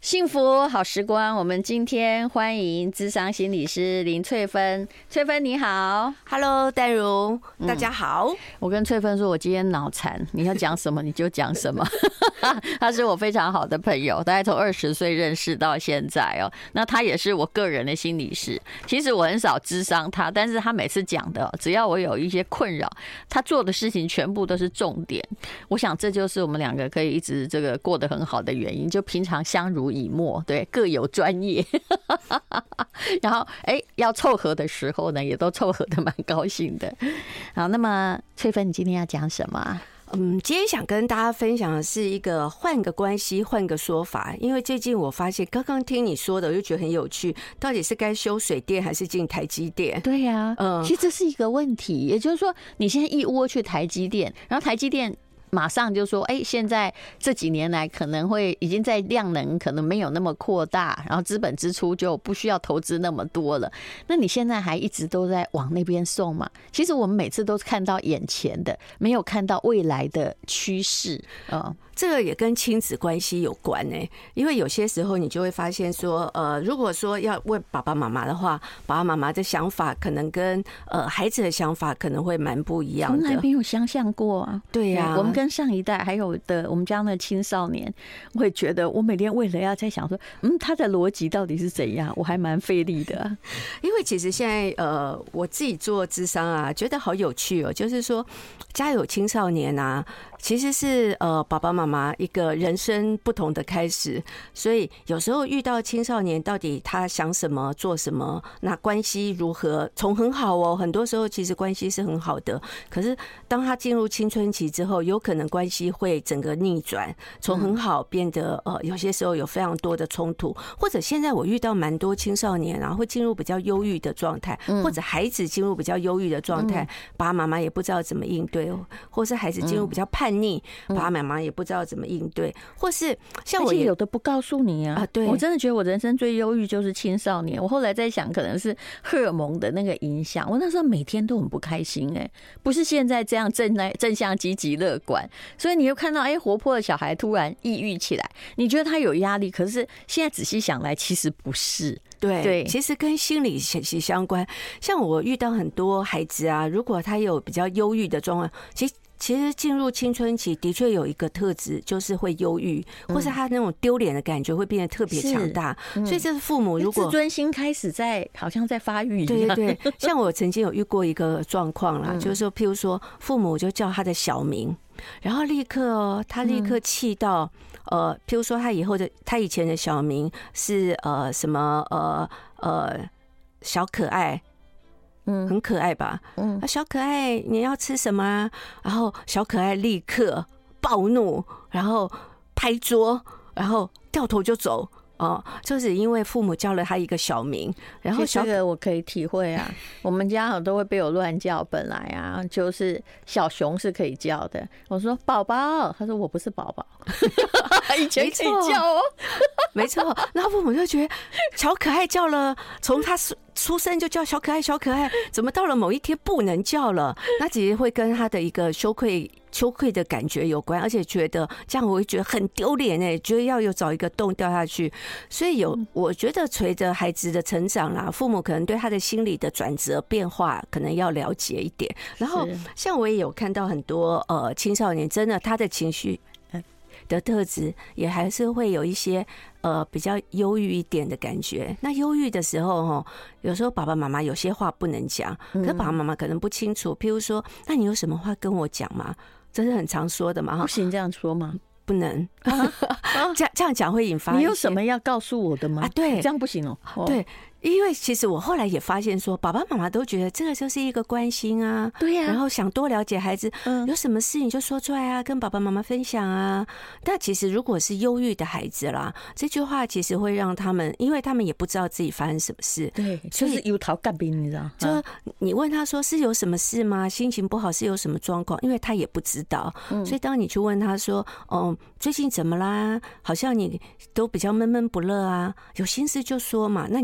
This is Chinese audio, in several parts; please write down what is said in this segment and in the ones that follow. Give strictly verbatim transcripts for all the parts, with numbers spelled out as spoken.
幸福好时光，我们今天欢迎諮商心理師林翠芬。翠芬你好。 Hello 淡如，大家好、嗯、 我跟翠芬说我今天脑残，你要讲什么你就讲什么他是我非常好的朋友，大概从二十岁认识到现在哦。那他也是我个人的心理师，其实我很少諮商他，但是他每次讲的只要我有一些困扰，他做的事情全部都是重点。我想这就是我们两个可以一直这个过得很好的原因，就平常相濡以沫，对，各有专业然后哎、欸，要凑合的时候呢也都凑合的蛮高兴的。好，那么翠芬你今天要讲什么？ 嗯，今天想跟大家分享的是一个换个关系换个说法，因为最近我发现刚刚听你说的我就觉得很有趣，到底是该修水电还是进台积电？ 对呀、啊，嗯，其实这是一个问题，也就是说你现在一窝去台积电，然后台积电马上就说，哎、欸，现在这几年来可能会已经在量能可能没有那么扩大，然后资本支出就不需要投资那么多了。那你现在还一直都在往那边送嘛？其实我们每次都看到眼前的，没有看到未来的趋势啊。 这个也跟亲子关系有关呢、欸，因为有些时候你就会发现说，呃，如果说要问爸爸妈妈的话，爸爸妈妈的想法可能跟呃孩子的想法可能会蛮不一样的， 从来没有想象过啊。 对呀、啊， 我们跟上一代还有的我们家的青少年，我也觉得我每天为了要在想说，嗯，他的逻辑到底是怎样，我还蛮费力的、啊。 因为其实现在呃，我自己做諮商啊，觉得好有趣哦，就是说家有青少年啊。其实是呃爸爸妈妈一个人生不同的开始，所以有时候遇到青少年到底他想什么做什么，那关系如何，从很好哦，很多时候其实关系是很好的，可是当他进入青春期之后，有可能关系会整个逆转，从很好变得呃有些时候有非常多的冲突，或者现在我遇到蛮多青少年啊会进入比较忧郁的状态，或者孩子进入比较忧郁的状态，爸爸妈妈也不知道怎么应对，或是孩子进入比较叛逆，爸爸妈妈也不知道怎么应对，或是像我也有的不告诉你啊。对，我真的觉得我人生最忧郁就是青少年。我后来在想，可能是荷尔蒙的那个影响。我那时候每天都很不开心、欸，哎，不是现在这样正正向、积极、乐观。所以你又看到，哎、欸，活泼的小孩突然抑郁起来，你觉得他有压力，可是现在仔细想来，其实不是。 对， 对， 其实跟心理息息相关。像我遇到很多孩子啊，如果他有比较忧郁的状况，其实。其实进入青春期的确有一个特质，就是会忧郁，或是他那种丢脸的感觉会变得特别强大。所以这是父母如果自尊心开始在好像在发育一样。 对对对，像我曾经有遇过一个状况啦，就是说，譬如说父母就叫他的小名，然后立刻哦，他立刻气到呃，譬如说他以后的他以前的小名是呃什么呃呃小可爱。嗯，很可爱吧？嗯，小可爱，你要吃什么啊？然后小可爱立刻暴怒，然后拍桌，然后掉头就走。哦，就是因为父母叫了他一个小名，然后这个我可以体会啊。我们家都会被我乱叫，本来啊就是小熊是可以叫的，我说宝宝，他说我不是宝宝，以前可以叫哦， 没错。然后父母就觉得小可爱叫了，从他出生就叫小可爱，小可爱，怎么到了某一天不能叫了？那其实会跟他的一个羞愧。羞愧的感觉有关，而且觉得这样我会觉得很丢脸哎，觉得要有找一个洞掉下去，所以有我觉得随着孩子的成长啦，父母可能对他的心理的转折变化可能要了解一点。然后像我也有看到很多呃青少年，真的他的情绪的特质也还是会有一些呃比较忧郁一点的感觉。那忧郁的时候哈，有时候爸爸妈妈有些话不能讲，可是爸爸妈妈可能不清楚，譬如说，那你有什么话跟我讲吗？这是很常说的嘛， 不行这样说吗？ 不能，这样这样讲会引发。 你有什么要告诉我的吗？ 啊，对， 这样不行哦。 对。因为其实我后来也发现说，爸爸妈妈都觉得这个就是一个关心啊， 对呀、啊， 然后想多了解孩子，嗯，有什么事你就说出来啊，跟爸爸妈妈分享啊。但其实如果是忧郁的孩子啦，这句话其实会让他们，因为他们也不知道自己发生什么事， 对，就是有头干兵，你知道？ 就你问他说是有什么事吗？心情不好是有什么状况？因为他也不知道，所以当你去问他说，哦，最近怎么啦？好像你都比较闷闷不乐啊，有心事就说嘛。那你越要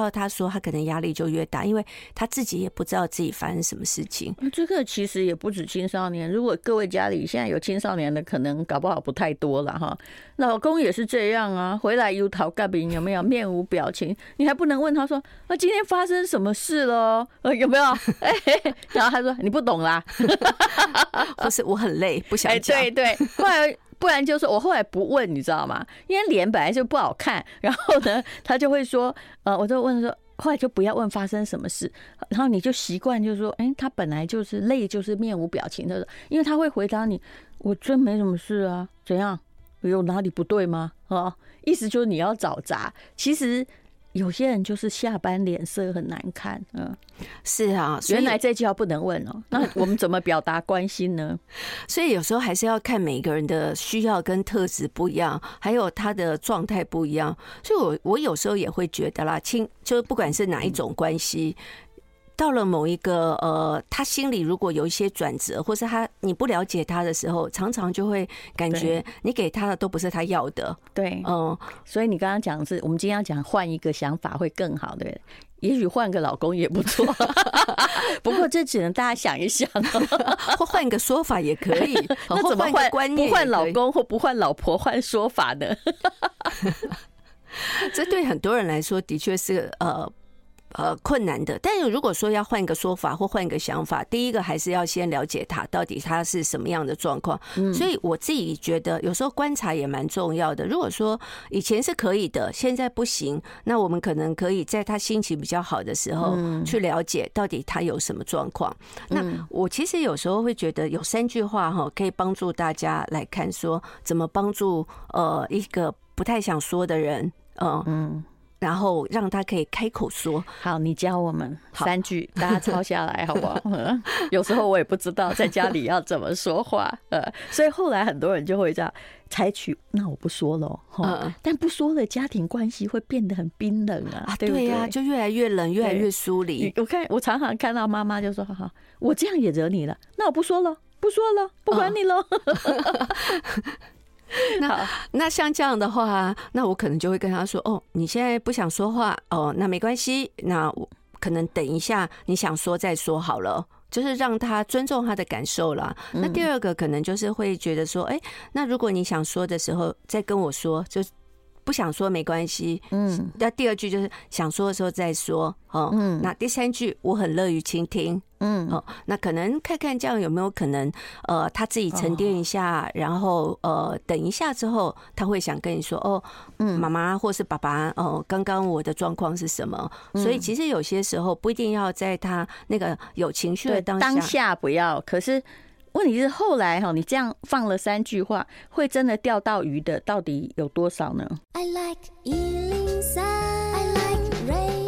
到他说，他可能压力就越大，因为他自己也不知道自己发生什么事情。 这个其实也不止青少年，如果各位家里现在有青少年的，可能搞不好不太多了哈。老公也是这样啊，回来油桃盖饼有没有面无表情？你还不能问他说，那、啊、今天发生什么事了？呃，有没有？哎、欸，然后他说你不懂啦， 或是我很累，不想讲。 哎、对对，不然不然就是我后来不问，你知道吗？因为脸本来就不好看，然后呢，他就会说，呃，我就问说。后来就不要问发生什么事，然后你就习惯就是说，哎、欸，他本来就是累，就是面无表情的，因为他会回答你，我真没什么事啊，怎样？有哪里不对吗？啊，意思就是你要找茬。其实有些人就是下班脸色很难看，嗯， 是啊， 原来这句话不能问哦、喔。那我们怎么表达关心呢？ 所以有时候还是要看每个人的需要跟特质不一样，还有他的状态不一样。所以我我有时候也会觉得啦，亲，就是不管是哪一种关系。到了某一个呃，他心里如果有一些转折，或是他你不了解他的时候，常常就会感觉你给他的都不是他要的。 对，嗯，所以你刚刚讲的是，我们今天要讲换一个想法会更好，对不对？也许换个老公也不错，不过这只能大家想一想， 或换个说法也可以。 那怎么换观念？不换老公或不换老婆，换说法呢？ 这对很多人来说的确是呃。呃，困难的。但是如果说要换一个说法或换一个想法，第一个还是要先了解他到底他是什么样的状况。嗯，所以我自己觉得有时候观察也蛮重要的。如果说以前是可以的，现在不行，那我们可能可以在他心情比较好的时候去了解到底他有什么状况。那我其实有时候会觉得有三句话哈，可以帮助大家来看说怎么帮助呃一个不太想说的人，呃、嗯。然后让他可以开口说。 好，你教我们三句，大家抄下来好不好？有时候我也不知道在家里要怎么说话，呃，所以后来很多人就会这样采取，那我不说了，嗯，但不说了，家庭关系会变得很冰冷啊， 啊对不对？ 对啊，就越来越冷，越来越疏离。 我看我常常看到妈妈就说：“哈哈，我这样也惹你了，那我不说了，不说了，不管你了。嗯” 那那像这样的话，那我可能就会跟他说：“哦，你现在不想说话哦，那没关系，那我可能等一下你想说再说好了。”就是让他尊重他的感受啦。那第二个可能就是会觉得说：“哎，那如果你想说的时候再跟我说，就不想说没关系。”嗯，那第二句就是想说的时候再说。哦，嗯，那第三句我很乐于倾听。嗯，哦，那可能看看这样有没有可能，呃，他自己沉淀一下，哦，然后呃，等一下之后，他会想跟你说，哦，嗯，妈妈或是爸爸，哦，刚刚我的状况是什么？嗯，所以其实有些时候不一定要在他那个有情绪的当下， 当下不要。可是问题是后来哈，你这样放了三句话，会真的钓到鱼的，到底有多少呢？ I like 一零三 I like radio。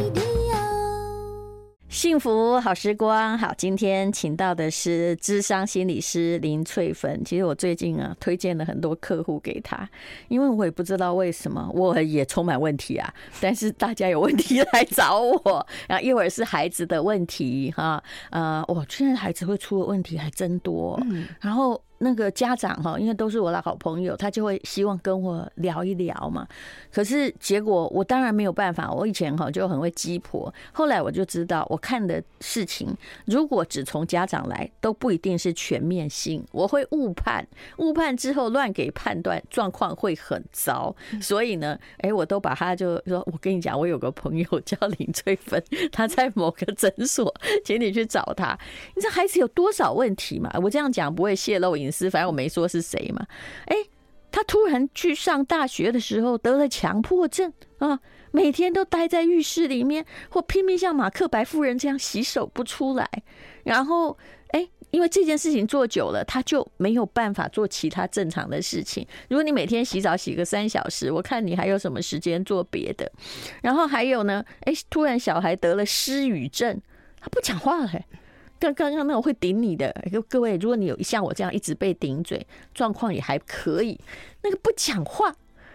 幸福好时光，好，今天请到的是諮商心理师林萃芬。其实我最近啊，推荐了很多客户给他，因为我也不知道为什么，我也充满问题啊。但是大家有问题来找我，然后一会儿是孩子的问题哈，呃，哇，现在孩子会出的问题还真多，嗯，然后。那个家长哈，因为都是我的好朋友，他就会希望跟我聊一聊嘛。可是结果我当然没有办法，我以前哈就很会鸡婆，后来我就知道，我看的事情如果只从家长来，都不一定是全面性，我会误判，误判之后乱给判断，状况会很糟。所以呢，哎，我都把他就说，我跟你讲，我有个朋友叫林萃芬，他在某个诊所，请你去找他。你知道孩子有多少问题嘛？我这样讲不会泄露隐私。反正我没说是谁嘛，哎，他突然去上大学的时候得了强迫症啊，每天都待在浴室里面，或拼命像马克白夫人这样洗手不出来，然后哎，因为这件事情做久了，他就没有办法做其他正常的事情。如果你每天洗澡洗个三小时，我看你还有什么时间做别的？然后还有呢，哎，突然小孩得了失语症，他不讲话了，欸。刚刚刚那种会顶你的各位，如果你有像我这样一直被顶嘴，状况也还可以。那个不讲话，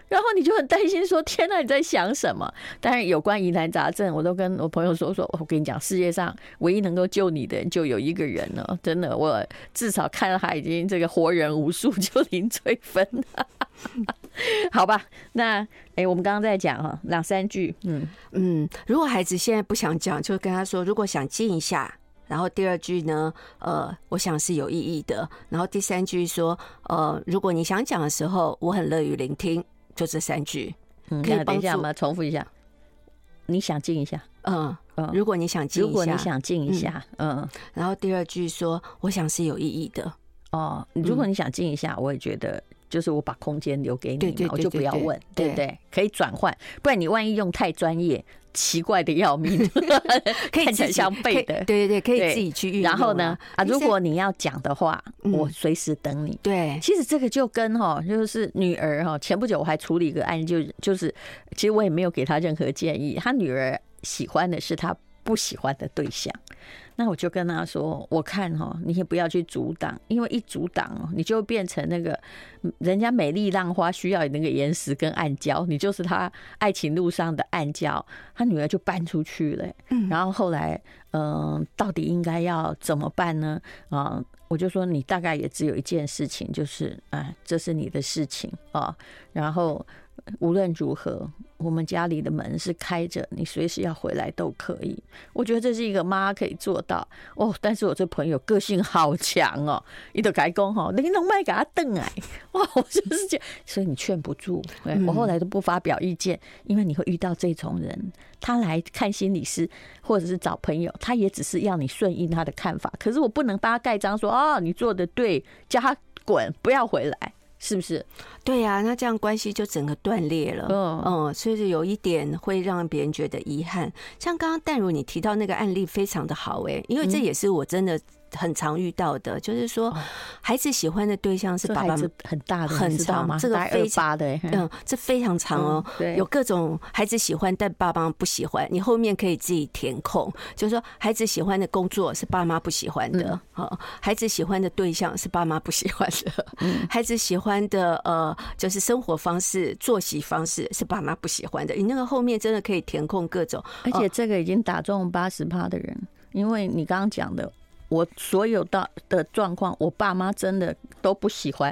然后你就很担心说天哪你在想什么。当然有关疑难杂症我都跟我朋友说说我跟你讲世界上唯一能够救你的人就有一个人了，真的我至少看到他已经这个活人无数，就林翠芬好吧，那哎、欸，我们刚刚在讲哈两三句，嗯嗯，如果孩子现在不想讲，就跟他说，如果想静一下。然后第二句呢，呃，我想是有意义的。然后第三句说，呃，如果你想讲的时候，我很乐于聆听。就这三句， 嗯，可以等一下，我们重复一下。你想静一下， 嗯嗯，如果你想静一下， 如果你想静一下，嗯。嗯然后第二句说，我想是有意义的。 哦，如果你想静一下，我也觉得。就是我把空间留给你嘛，我就不要问，对不对？可以转换，不然你万一用太专业，奇怪的要命， 可以看起来像背的， 对对对，可以自己去运用。 然后呢，啊，如果你要讲的话，我随时等你。 对， 其实这个就跟哈，就是女儿哈，前不久我还处理一个案例，就就是其实我也没有给她任何建议，她女儿喜欢的是她不喜欢的对象。那我就跟他说，我看哈，你也不要去阻挡，因为一阻挡，你就变成那个人家美丽浪花需要那个岩石跟暗礁，你就是他爱情路上的暗礁，他女儿就搬出去了。然后后来，嗯，到底应该要怎么办呢？啊，我就说你大概也只有一件事情，就是哎，这是你的事情啊，然后。无论如何，我们家里的门是开着，你随时要回来都可以。我觉得这是一个妈可以做到哦。但是我这朋友个性好强哦，你都改讲哈，你拢卖给他瞪来哇，我就是这样，所以你劝不住。我后来都不发表意见，因为你会遇到这种人，他来看心理师或者是找朋友，他也只是要你顺应他的看法，可是我不能帮他盖章说哦，你做的对，叫他滚，不要回来。是不是？ 对呀、啊，那这样关系就整个断裂了。嗯嗯，所以有一点会让别人觉得遗憾。像刚刚淡如你提到那个案例非常的好哎、欸，因为这也是我真的很常遇到的，就是说孩子喜欢的对象是爸爸很大的， 很长，这个非常的， 嗯，这非常长哦。有各种孩子喜欢，但爸妈不喜欢，你后面可以自己填空。就是说，孩子喜欢的工作是爸妈不喜欢的，好，孩子喜欢的对象是爸妈不喜欢的，孩子喜欢的呃，就是生活方式、作息方式是爸妈不喜欢的。你那个后面真的可以填空各种， 而且这个已经打中八十趴的人，因为你刚刚讲的。我所有的的状况，我爸妈真的都不喜欢，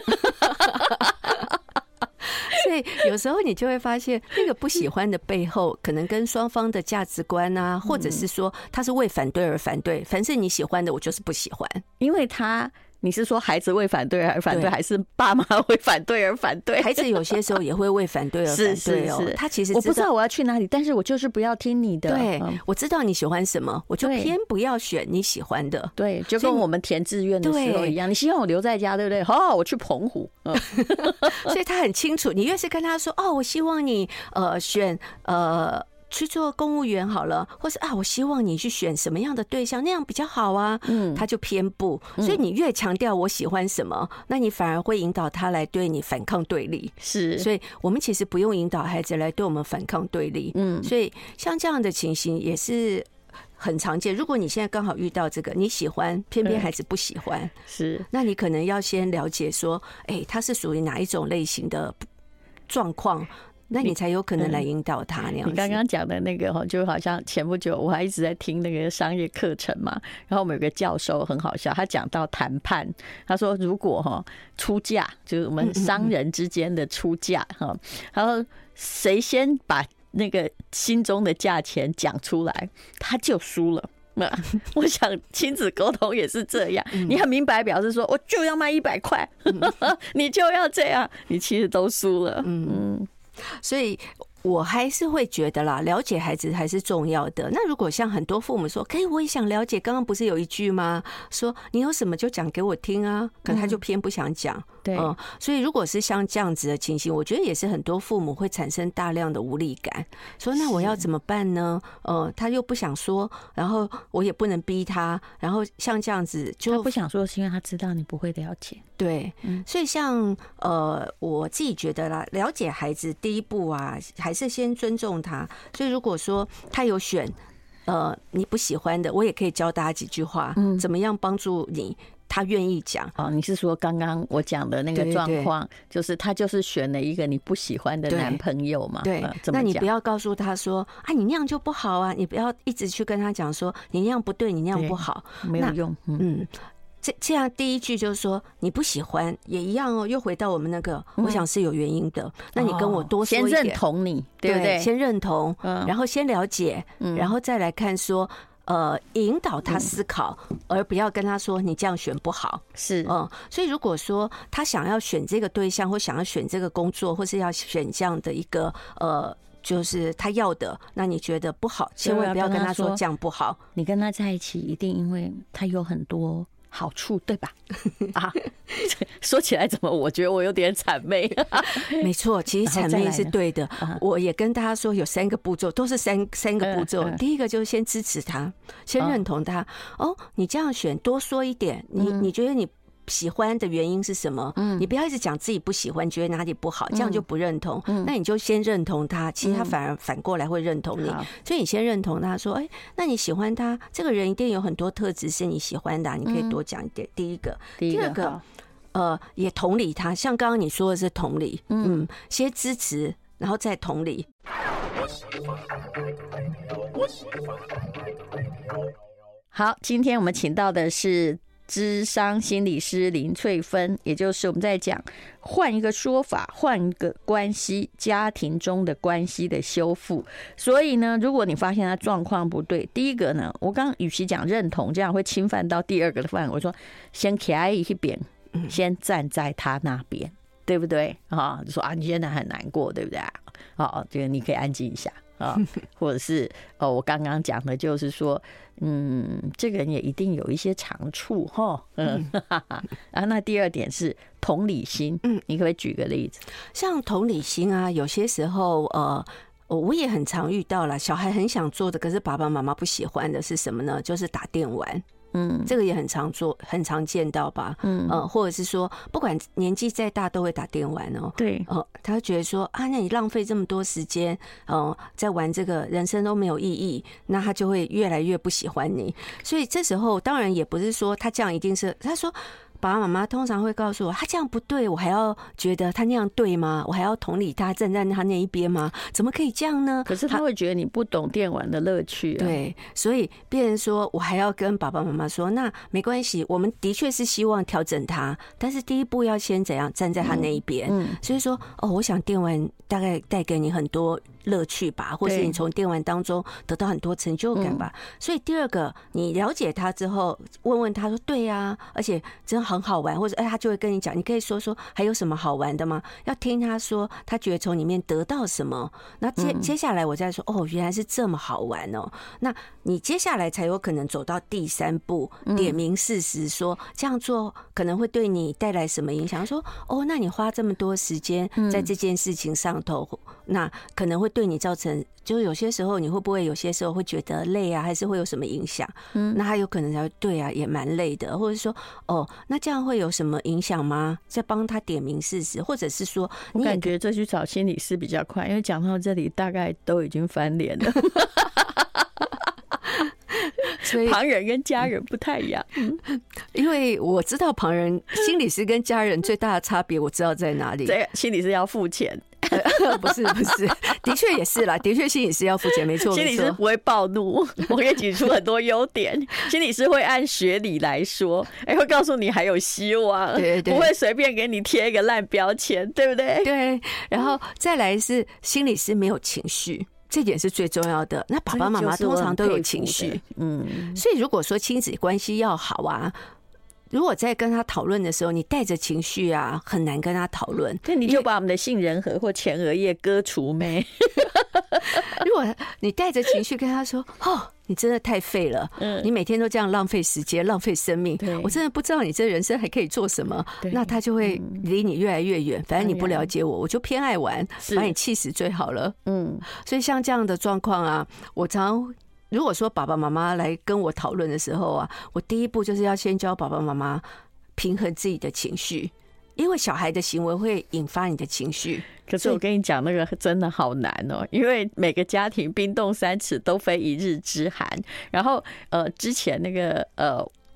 所以有时候你就会发现，那个不喜欢的背后，可能跟双方的价值观啊，或者是说他是为反对而反对，反正你喜欢的，我就是不喜欢， 因为他。你是说孩子为反对而反对，还是爸妈为反对而反对？ 孩子有些时候也会为反对而反对哦。他其实我不知道我要去哪里，但是我就是不要听你的。 对，我知道你喜欢什么，我就偏不要选你喜欢的。 对，就跟我们填志愿的时候一样，你希望我留在家，对不对？好，我去澎湖。嗯、 所以他很清楚，你越是跟他说哦，我希望你呃选呃。去做公务员好了，或是啊，我希望你去选什么样的对象，那样比较好啊。嗯，他就偏不，所以你越强调我喜欢什么，那你反而会引导他来对你反抗对立。 是， 所以我们其实不用引导孩子来对我们反抗对立。嗯，所以像这样的情形也是很常见。如果你现在刚好遇到这个，你喜欢，偏偏孩子不喜欢， 是， 那你可能要先了解说，哎、欸，他是属于哪一种类型的状况。那你才有可能来引导他那样、嗯。 你刚刚讲的那个就好像前不久我还一直在听那个商业课程嘛，然后我们有个教授很好笑，他讲到谈判，他说如果哈出价，就是我们商人之间的出价哈，然后谁先把那个心中的价钱讲出来，他就输了。我想亲子沟通也是这样，你很明白表示说我就要卖一百块，你就要这样，你其实都输了。嗯。 所以我还是会觉得啦，了解孩子还是重要的。那如果像很多父母说，可以，我也想了解，刚刚不是有一句吗？说你有什么就讲给我听啊，可他就偏不想讲。 对， 嗯，所以如果是像这样子的情形，我觉得也是很多父母会产生大量的无力感，说那我要怎么办呢？呃，他又不想说，然后我也不能逼他，然后像这样子就他不想说，是因为他知道你不会了解。 对，所以像呃，我自己觉得啦，了解孩子第一步啊，还是先尊重他。所以如果说他有选呃你不喜欢的，我也可以教大家几句话，怎么样帮助你他愿意讲。 哦，你是说刚刚我讲的那个状况，就是他就是选了一个你不喜欢的男朋友嘛？ 对， 呃、 那你不要告诉他说啊，你那样就不好啊，你不要一直去跟他讲说你那样不对，你那样不好， 没有用。嗯。 嗯这这样第一句就是说你不喜欢也一样哦，又回到我们那个，我想是有原因的。嗯、那你跟我多说一点， 先认同你，对不对？ 先认同，嗯、然后先了解，嗯、然后再来看说，呃，引导他思考，嗯、而不要跟他说你这样选不好。 是， 嗯，所以如果说他想要选这个对象，或想要选这个工作，或是要选这样的一个呃。就是他要的，那你觉得不好，千万不要跟他说这样不好。 你跟他在一起，一定因为他有很多好处，对吧？啊，说起来怎么我觉得我有点谄媚？ 没错，其实谄媚是对的。我也跟大家说，有三个步骤，都是三三个步骤。第一个就是先支持他，先认同他。哦，你这样选，多说一点。你你觉得你喜欢的原因是什么？嗯，你不要一直讲自己不喜欢，觉得哪里不好，这样就不认同。嗯，那你就先认同他，其实他反而反过来会认同你。所以你先认同他说，哎，那你喜欢他这个人，一定有很多特质是你喜欢的，你可以多讲一点。第一个，第二个，呃，也同理他，像刚刚你说的是同理，嗯，先支持，然后再同理。 好，今天我们请到的是諮商心理師林翠芬，也就是我們在講換一個說法，換一個關係，家庭中的關係的修復。所以呢，如果你發現他狀況不對，第一個呢，我剛剛與其講認同，這樣會侵犯到第二個的範圍。我說先站在一邊，先站在他那邊，對不對？啊，就說啊，你現在很難過，對不對？啊，這個你可以安靜一下。啊，或者是哦，我剛剛講的就是說，嗯，這個人也一定有一些長處哈，嗯，哈哈。然後那第二點是同理心，嗯，你可不可以舉個例子？ 像同理心啊，有些時候呃，我也很常遇到啦，小孩很想做的，可是爸爸媽媽不喜歡的是什麼呢？就是打電玩。嗯，這個也很常做，很常見到吧？嗯，呃，或者是說，不管年紀再大，都會打電玩哦。 對， 哦，他會覺得說啊，那你浪費這麼多時間，哦，在玩這個，人生都沒有意義，那他就會越來越不喜歡你。所以這時候，當然也不是說他這樣一定是，他說。爸爸媽媽通常會告訴我，他這樣不對，我還要覺得他那樣對嗎？我還要同理他，站在他那一邊嗎？怎麼可以這樣呢？ 可是他會覺得你不懂電玩的樂趣啊。 對，所以變成說我還要跟爸爸媽媽說，那沒關係，我們的確是希望調整他，但是第一步要先怎樣站在他那一邊。嗯，所以說哦，我想電玩大概帶給你很多樂趣吧，或是你從電玩當中得到很多成就感吧。所以第二個，你了解他之後，問問他說，對呀，而且真很好玩，或者哎，他就會跟你講，你可以說說還有什麼好玩的嗎？要聽他說，他覺得從裡面得到什麼。那接接下來我再說，哦，原來是這麼好玩哦。那你接下來才有可能走到第三步，點明事實，說這樣做可能會對你帶來什麼影響？說哦，那你花這麼多時間在這件事情上頭，那可能會對你造成。就有些時候你會不會有些時候會覺得累啊，還是會有什麼影響？嗯，那他有可能才會對啊，也蠻累的，或者說哦，那這樣會有什麼影響嗎？再幫他點明事實，或者是說你， 我感覺這去找心理師比較快，因為講到這裡大概都已經翻臉了。所以旁人跟家人不太一樣，嗯， 因為我知道旁人心理師跟家人最大的差別，我知道在哪裡。 這心理師要付錢。 不是不是，的確也是啦，的確心理師要付錢，沒錯。 心理師不會暴怒，我可以舉出很多優點。心理師會按學理來說，哎，會告訴你還有希望，對對，不會隨便給你貼一個爛標籤，對不對？ 對。然後再來是心理師沒有情緒，這點是最重要的。那爸爸媽媽通常都有情緒，嗯，所以如果說親子關係要好啊。如果在跟他討論的時候，你帶着情緒啊，很難跟他討論。 那你就把我們的杏仁核或前額葉割除沒？ 如果你帶着情緒跟他說：“哦，你真的太廢了，嗯，你每天都這樣浪費時間、浪費生命，我真的不知道你這人生還可以做什麼。”那他就會離你越來越遠。反正你不了解我，我就偏愛玩，把你氣死最好了。嗯，所以像這樣的狀況啊，我常。如果說爸爸媽媽來跟我討論的時候啊，我第一步就是要先教爸爸媽媽平衡自己的情緒，因為小孩的行為會引發你的情緒。 可是我跟你講，那個真的好難哦，因為每個家庭冰凍三尺都非一日之寒。然後呃，之前那個呃。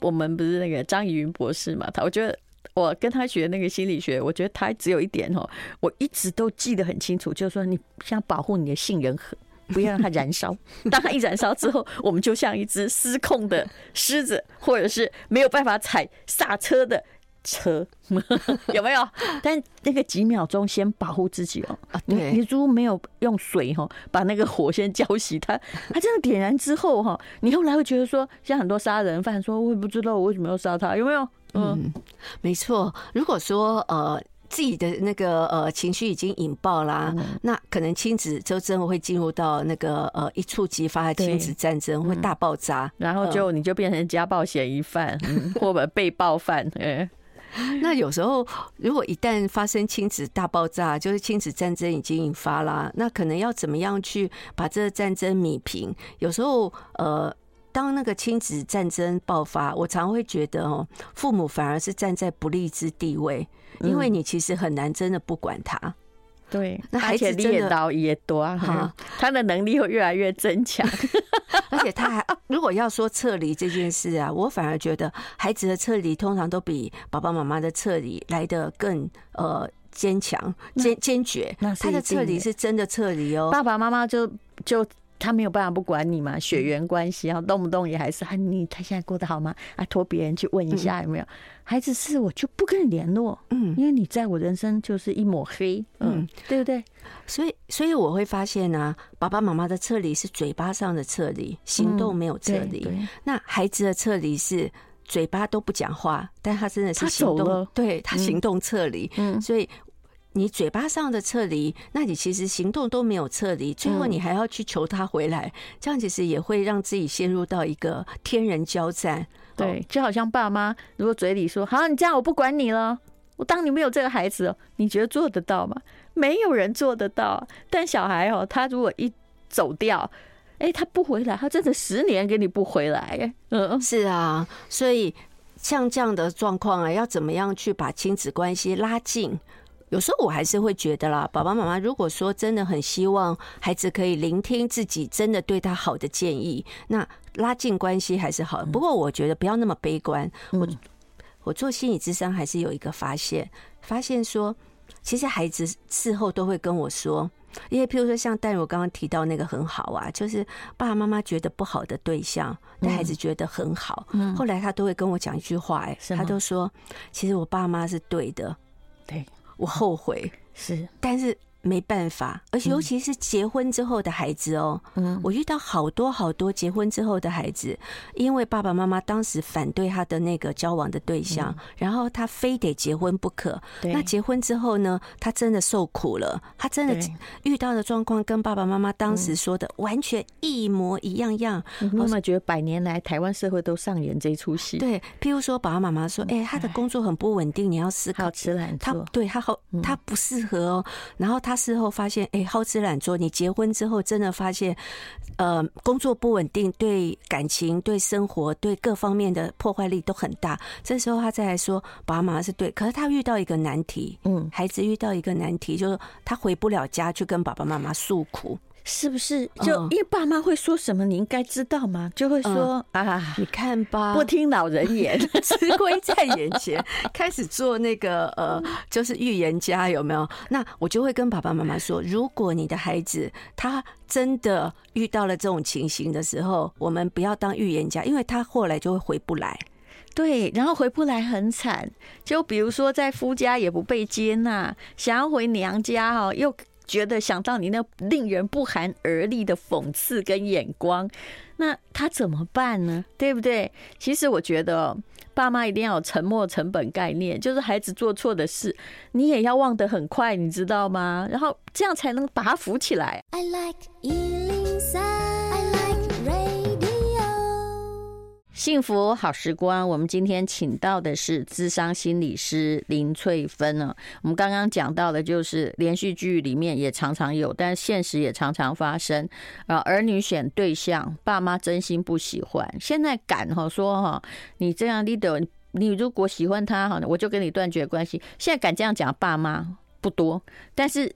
我们不是那个张怡云博士嘛？他我觉得我跟他学那个心理学，我觉得他只有一点哦，我一直都记得很清楚，就是说你想保护你的杏仁核，不要让它燃烧。当它一燃烧之后，我们就像一只失控的狮子，或者是没有办法踩刹车的车，有没有？但那个几秒钟先保护自己哦。你你如果没有用水哈，把那个火先浇熄，它它这样点燃之后哈，你后来会觉得说，像很多杀人犯说，我也不知道我为什么要杀他，有没有？ 嗯，没错。如果说呃。自己的那个呃情绪已经引爆啦，嗯、那可能亲子就真的会进入到那个呃一触即发的亲子战争，会大爆炸， 然后就你就变成家暴嫌疑犯，嗯、或者被暴犯。欸、 那有时候如果一旦发生亲子大爆炸，就是亲子战争已经引发啦，那可能要怎么样去把这个战争弭平？有时候呃。当那个亲子战争爆发，我常会觉得哦，父母反而是站在不利之地位，因为你其实很难真的不管他。 对，那孩子真的也多，他的能力会越来越增强。 而且他还如果要说撤离这件事啊，我反而觉得孩子的撤离通常都比爸爸妈妈的撤离来得更呃坚强、坚坚决。他的撤离是真的撤离哦， 爸爸妈妈就就。他没有办法不管你嘛，血缘关系啊，动不动也还是啊，你他现在过得好吗？啊，托别人去问一下有没有？孩子是我就不跟你联络，嗯，因为你在我人生就是一抹黑，嗯，对不对？ 所以，所以我会发现呢、啊，爸爸妈妈的撤离是嘴巴上的撤离，行动没有撤离。嗯、那孩子的撤离是嘴巴都不讲话，但他真的是行动，对他行动撤离，嗯，所以。你嘴巴上的撤离，那你其实行动都没有撤离，最后你还要去求他回来，这样其实也会让自己陷入到一个天人交战。 对，就好像爸妈如果嘴里说好，你这样我不管你了，我当你没有这个孩子哦，你觉得做得到吗？没有人做得到。但小孩哦，他如果一走掉，哎，他不回来，他真的十年给你不回来。嗯， 是啊，所以像这样的状况啊，要怎么样去把亲子关系拉近？有时候我还是会觉得啦，爸爸妈妈如果说真的很希望孩子可以聆听自己真的对他好的建议，那拉近关系还是好的。不过我觉得不要那么悲观。我我做心理咨商还是有一个发现，发现说，其实孩子事后都会跟我说，因为譬如说像淡如刚刚提到那个很好啊，就是爸爸妈妈觉得不好的对象，但孩子觉得很好，后来他都会跟我讲一句话，哎，他都说，其实我爸妈是对的， 对。 我后悔是， 但是没办法，而且尤其是结婚之后的孩子哦，嗯，我遇到好多好多结婚之后的孩子，因为爸爸妈妈当时反对他的那个交往的对象，嗯、然后他非得结婚不可。那结婚之后呢，他真的受苦了，他真的遇到的状况跟爸爸妈妈当时说的完全一模一样样。 妈妈觉得百年来台湾社会都上演这一出戏。 对，譬如说爸爸妈妈说，哎、欸，他的工作很不稳定，你要思考， 好吃懒做， 他对他好，他不适合哦。然后他事后发现，哎、欸，好吃懒做。你结婚之后，真的发现，呃，工作不稳定，对感情、对生活、对各方面的破坏力都很大。这时候他再来说，爸爸妈妈是对，可是他遇到一个难题，嗯，孩子遇到一个难题，就是他回不了家去跟爸爸妈妈诉苦。 是不是？就因为爸妈会说什么，你应该知道吗？就会说、嗯、啊， 你看吧， 不听老人言， 吃亏在眼前，开始做那个呃，就是预言家，有没有？那我就会跟爸爸妈妈说，如果你的孩子他真的遇到了这种情形的时候，我们不要当预言家，因为他后来就会回不来。 对，然后回不来很惨。就比如说在夫家也不被接纳，想要回娘家哦，又觉得想到你那令人不寒而栗的讽刺跟眼光，那他怎么办呢？对不对？其实我觉得爸妈一定要有沉没成本概念，就是孩子做错的事，你也要忘得很快，你知道吗？然后这样才能把他扶起来。I like 一零三 I like radio 幸福好时光，我们今天请到的是諮商心理師林翠芬呢。我们刚刚讲到的就是连续剧里面也常常有，但现实也常常发生啊。儿女选对象，爸妈真心不喜欢，现在敢哈说哈，你这样 leader， 你如果喜欢他哈，我就跟你断绝关系。现在敢这样讲，爸妈不多，但是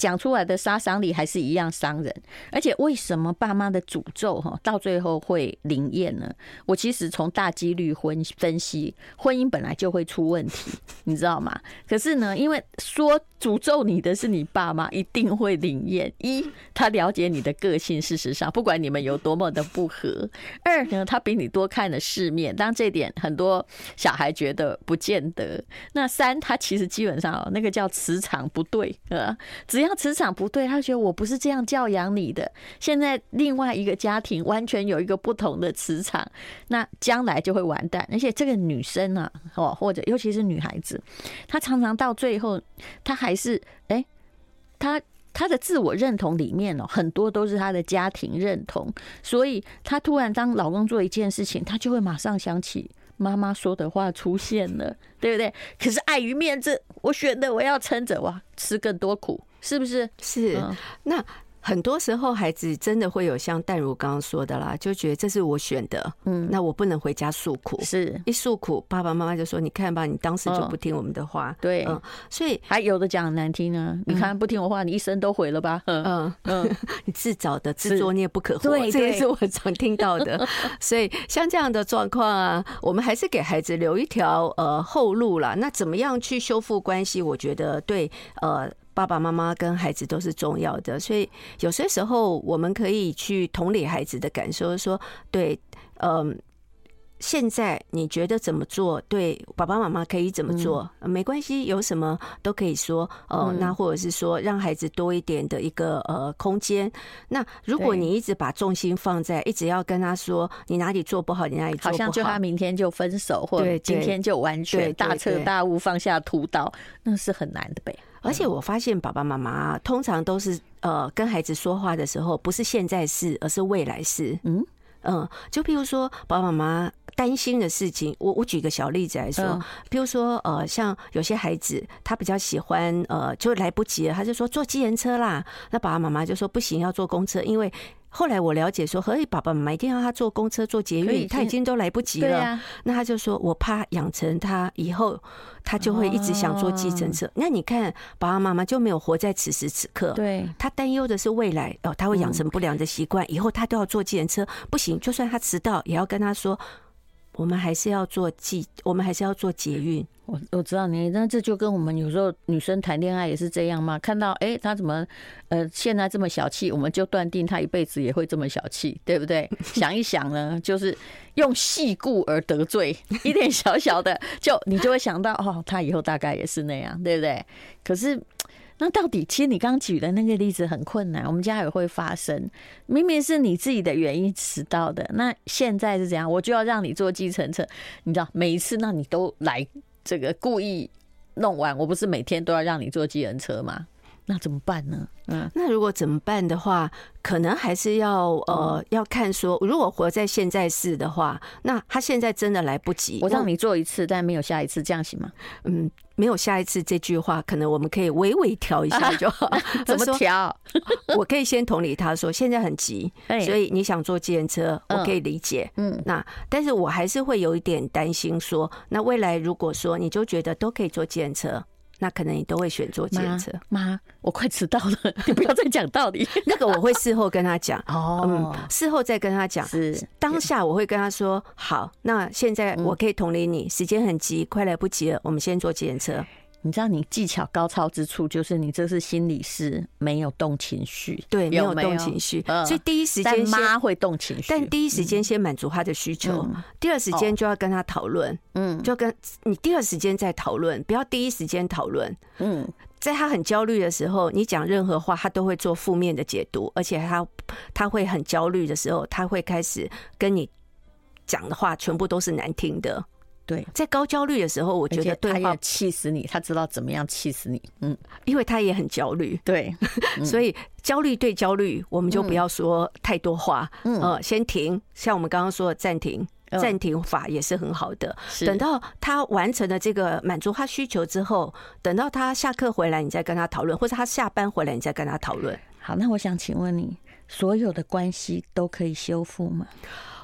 讲出来的杀伤力还是一样伤人。而且为什么爸妈的诅咒哈到最后会灵验呢？我其实从大几率分分析，婚姻本来就会出问题，你知道吗？可是呢，因为说诅咒你的是你爸妈，一定会灵验。一，他了解你的个性，事实上不管你们有多么的不合。二呢，他比你多看了世面，当这点很多小孩觉得不见得。那三，他其实基本上那个叫磁场不对，呃，只要磁场不对，他觉得我不是这样教养你的。现在另外一个家庭完全有一个不同的磁场，那将来就会完蛋。而且这个女生啊，哦，或者尤其是女孩子，她常常到最后，她还是哎，她。她的自我认同里面哦，很多都是她的家庭认同，所以她突然当老公做一件事情，她就会马上想起妈妈说的话出现了，对不对？可是碍于面子，我选的我要撑着，哇，吃更多苦，是不是？ 是，嗯、那。很多时候，孩子真的会有像淡如刚刚说的啦，就觉得这是我选的，嗯，那我不能回家诉苦，是一诉苦，爸爸妈妈就说：“你看吧，你当时就不听我们的话。”对，嗯，所以还有的讲很难听呢，你看不听我话，你一生都毁了吧？嗯嗯，你自找的，自作孽不可活，这也是我常听到的。所以像这样的状况啊，我们还是给孩子留一条呃后路啦。那怎么样去修复关系？我觉得对呃。爸爸妈妈跟孩子都是重要的，所以有些时候我们可以去同理孩子的感受，说对，嗯，现在你觉得怎么做？对，爸爸妈妈可以怎么做？嗯、没关系，有什么都可以说。呃，嗯、那或者是说让孩子多一点的一个呃空间。那如果你一直把重心放在一直要跟他说你哪里做不好，你哪里做不好， 好像就他明天就分手，或者今天就完全大彻大悟放下屠刀，那是很难的呗。 而且我发现爸爸妈妈通常都是呃跟孩子说话的时候，不是现在式，而是未来式。嗯嗯，就譬如说爸爸妈妈担心的事情，我我举个小例子来说，譬如说呃，像有些孩子他比较喜欢呃，就来不及了，他就说坐计程车啦，那爸爸妈妈就说不行，要坐公车，因为。后来我了解说，何以爸爸妈妈一定要他坐公车、坐捷运，他已经都来不及了。啊、那他就说，我怕养成他以后他就会一直想坐计程车。哦、那你看，爸爸妈妈就没有活在此时此刻。对，他担忧的是未来哦，他会养成不良的习惯，嗯、以后他都要坐计程车，不行，就算他迟到，也要跟他说。我们还是要做计，我们还是要做捷运。 我我知道你，那这就跟我们有时候女生谈恋爱也是这样嘛。看到哎、欸，他怎么呃现在这么小气，我们就断定他一辈子也会这么小气，对不对？想一想呢，就是用细故而得罪一点小小的，就你就会想到哦，他以后大概也是那样，对不对？可是。那到底，其实你刚刚举的那个例子很困难，我们家也会发生。明明是你自己的原因迟到的，那现在是怎样？我就要让你坐计程车，你知道，每一次那你都来这个故意弄完，我不是每天都要让你坐计程车吗？那怎么办呢？ 嗯，那如果怎么办的话，可能还是要呃要看说，如果活在现在式的话，那他现在真的来不及。 我让你做一次，但没有下一次，这样行吗？ 嗯，没有下一次这句话，可能我们可以微微调一下就好。 怎么调？ 我可以先同理他说，现在很急，所以你想坐计程车，我可以理解。嗯，那但是我还是会有一点担心说，那未来如果说你就觉得都可以坐计程车。那可能你都会选坐计程车。 妈，我快迟到了，你不要再讲道理。 那个我会事后跟他讲，哦，嗯，事后再跟他讲。是当下我会跟他说，好，那现在我可以同理你，时间很急，快来不及了，我们先坐计程车。 你知道你技巧高超之处，就是你这是心理师，没有动情绪， 对，没有动情绪，所以第一时间妈会动情绪， 但第一时间先满足他的需求，第二时间就要跟他讨论，嗯，就跟你第二时间再讨论，不要第一时间讨论，嗯，在他很焦虑的时候，你讲任何话，他都会做负面的解读，而且他他会很焦虑的时候，他会开始跟你讲的话全部都是难听的。对，在高焦虑的时候，我觉得对话他也气死你，他知道怎么样气死你。嗯， 因为他也很焦虑， 对， 嗯、所以焦虑对焦虑，我们就不要说太多话，嗯，呃，先停。像我们刚刚说的暂停，暂停法也是很好的。等到他完成了这个满足他需求之后，等到他下课回来，你再跟他讨论，或者他下班回来，你再跟他讨论。 好，那我想请问你，所有的关系都可以修复吗？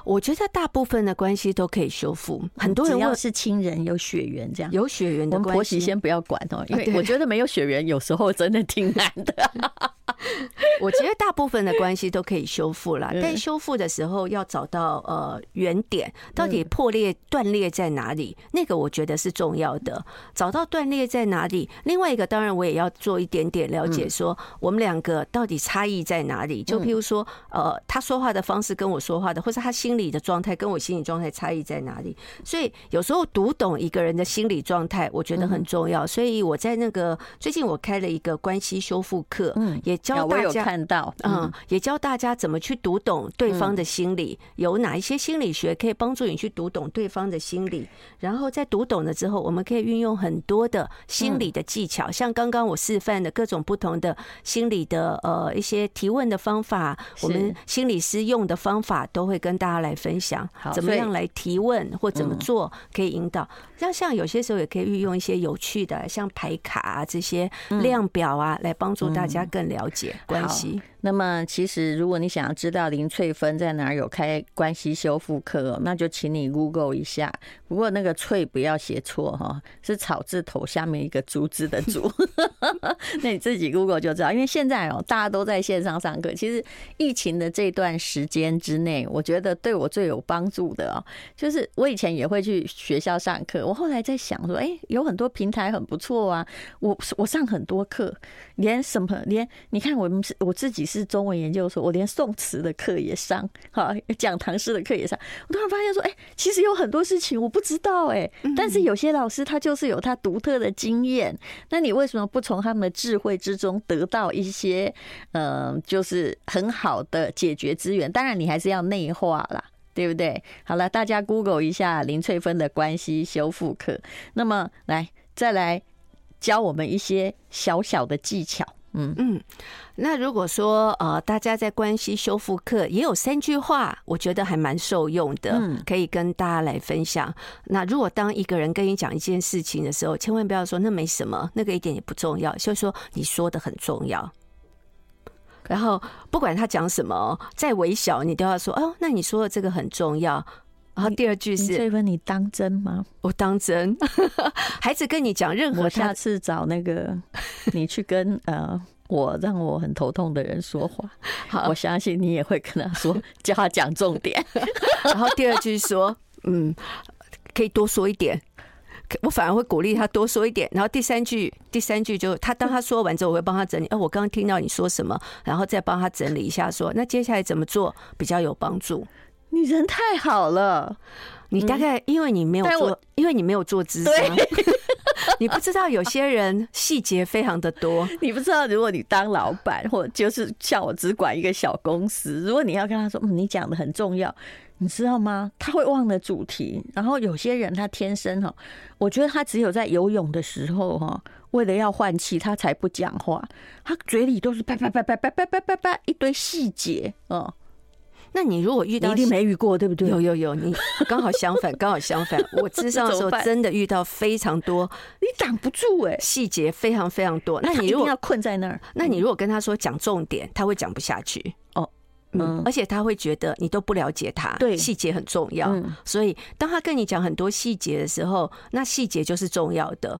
我觉得大部分的关系都可以修复。很多人只要是亲人有血缘这样， 有血缘的关系， 我们婆媳先不要管哦，因为我觉得没有血缘有时候真的挺难的。 我觉得大部分的关系都可以修复啦，但修复的时候要找到呃原点，到底破裂断裂在哪里？那个我觉得是重要的，找到断裂在哪里。另外一个，当然我也要做一点点了解，说我们两个到底差异在哪里？就譬如说，呃，他说话的方式跟我说话的，或是他心理的状态跟我心理状态差异在哪里？所以有时候读懂一个人的心理状态，我觉得很重要。所以我在那个最近我开了一个关系修复课，也教大家， 我有看到， 嗯，也教大家怎么去读懂对方的心理，有哪一些心理学可以帮助你去读懂对方的心理。然后在读懂了之后，我们可以运用很多的心理的技巧，像刚刚我示范的各种不同的心理的呃一些提问的方法，我们心理师用的方法都会跟大家来分享，怎么样来提问或怎么做可以引导。像像有些时候也可以运用一些有趣的，像牌卡啊这些量表啊，来帮助大家更了解关系。 那么其实如果你想要知道林翠芬在哪儿有开关系修复课，哦，那就请你 Google 一下。不过那个翠不要写错哈，是草字头下面一个竹字的竹。那你自己 Google 就知道。因为现在哦，大家都在线上上课。其实疫情的这段时间之内，我觉得对我最有帮助的哦，就是我以前也会去学校上课，我后来在想说，哎，欸，有很多平台很不错啊。我我上很多课，连什么连你看我们我自己。是中文研究所，我连宋词的课也上，哈，讲唐诗的课也上。我突然发现说，哎，欸，其实有很多事情我不知道，哎，欸，但是有些老师他就是有他独特的经验。那你为什么不从他们的智慧之中得到一些，呃，就是很好的解决资源？当然，你还是要内化啦。对不对？好了，大家 Google 一下林翠芬的关系修复课。那么，来再来教我们一些小小的技巧。嗯嗯，那如果说呃，大家在关系修复课也有三句话，我觉得还蛮受用的，可以跟大家来分享。那如果当一个人跟你讲一件事情的时候，千万不要说那没什么，那个一点也不重要，就是说你说的很重要。然后不管他讲什么，再微小，你都要说哦，那你说的这个很重要。然后第二句是： 翠芬，你当真吗？ 我当真。孩子跟你讲任何， 我下次找那个你去跟呃我让我很头痛的人说话，我相信你也会跟他说，叫他讲重点。 然后第二句说，嗯，可以多说一点。我反而会鼓励他多说一点。然后第三句，第三句就他当他说完之后，我会帮他整理。哦，我刚刚听到你说什么，然后再帮他整理一下说，说那接下来怎么做比较有帮助？ 你人太好了， 你大概因为你没有做，因为你没有做咨商，你不知道有些人细节非常的多。 你不知道，如果你当老板，或者就是像我只管一个小公司，如果你要跟他说，嗯，你讲的很重要，你知道吗？他会忘了主题。然后有些人他天生哈，我觉得他只有在游泳的时候哈，为了要换气，他才不讲话，他嘴里都是叭叭叭叭叭叭叭叭叭一堆细节哦。 那你如果遇到， 你一定没遇过，对不对？ 有有有，你刚好相反，刚好相反。我咨商的时候真的遇到非常多， 你挡不住哎， 细节非常非常多。那你如果要困在那儿， 那你如果跟他说讲重点，他会讲不下去哦。嗯，而且他会觉得你都不了解他，对，细节很重要。所以当他跟你讲很多细节的时候，那细节就是重要的。